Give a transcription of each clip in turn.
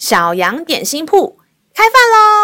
小羊点心铺开饭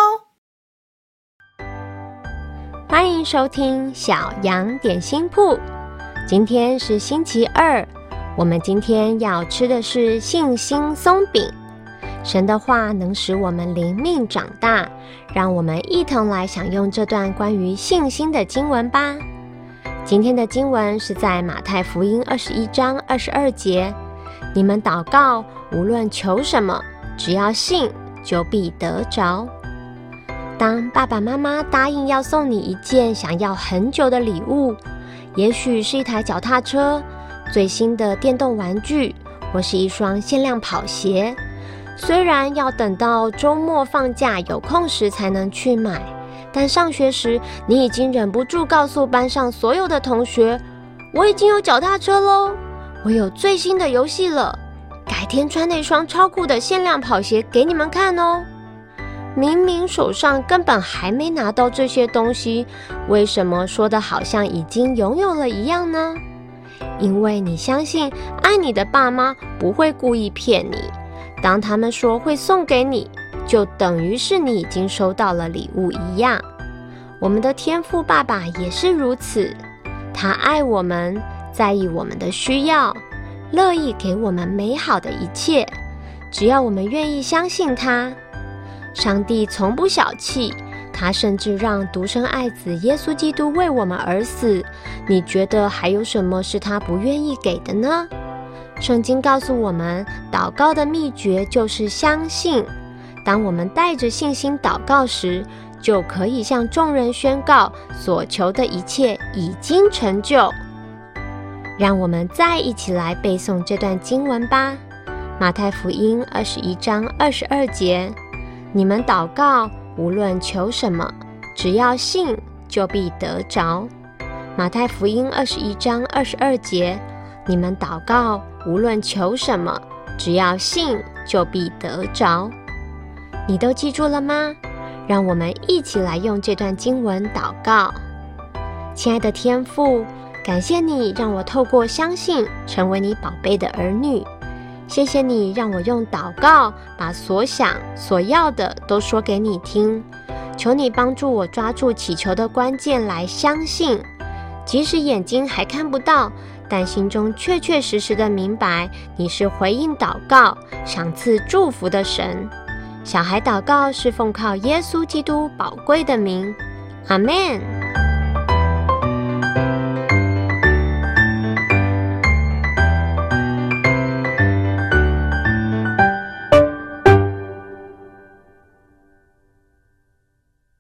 喽！ 欢迎收听小羊点心铺。今天是星期二，我们今天要吃的是信心松饼。神的话能使我们灵命长大，让我们一同来享用这段关于信心的经文吧。今天的经文是在马太福音21章22节，你们祷告，无论求什么，只要信，就必得着。当爸爸妈妈答应要送你一件想要很久的礼物，也许是一台脚踏车、最新的电动玩具，或是一双限量跑鞋，虽然要等到周末放假有空时才能去买，但上学时你已经忍不住告诉班上所有的同学，我已经有脚踏车咯，我有最新的游戏了，改天穿那双超酷的限量跑鞋给你们看哦。明明手上根本还没拿到这些东西，为什么说的好像已经拥有了一样呢？因为你相信爱你的爸妈不会故意骗你，当他们说会送给你，就等于是你已经收到了礼物一样。我们的天父爸爸也是如此，他爱我们，在意我们的需要，乐意给我们美好的一切，只要我们愿意相信他。上帝从不小气，他甚至让独生爱子耶稣基督为我们而死，你觉得还有什么是他不愿意给的呢？圣经告诉我们，祷告的秘诀就是相信。当我们带着信心祷告时，就可以向众人宣告所求的一切已经成就。让我们再一起来背诵这段经文吧。马太福音21章22节，你们祷告，无论求什么，只要信，就必得着。马太福音21章22节，你们祷告，无论求什么，只要信，就必得着。你都记住了吗？让我们一起来用这段经文祷告。亲爱的天父，感谢你让我透过相信成为你宝贝的儿女，谢谢你让我用祷告把所想所要的都说给你听，求你帮助我抓住祈求的关键来相信，即使眼睛还看不到，但心中确确实实的明白你是回应祷告赏赐祝福的神。小孩祷告是奉靠耶稣基督宝贵的名，阿们。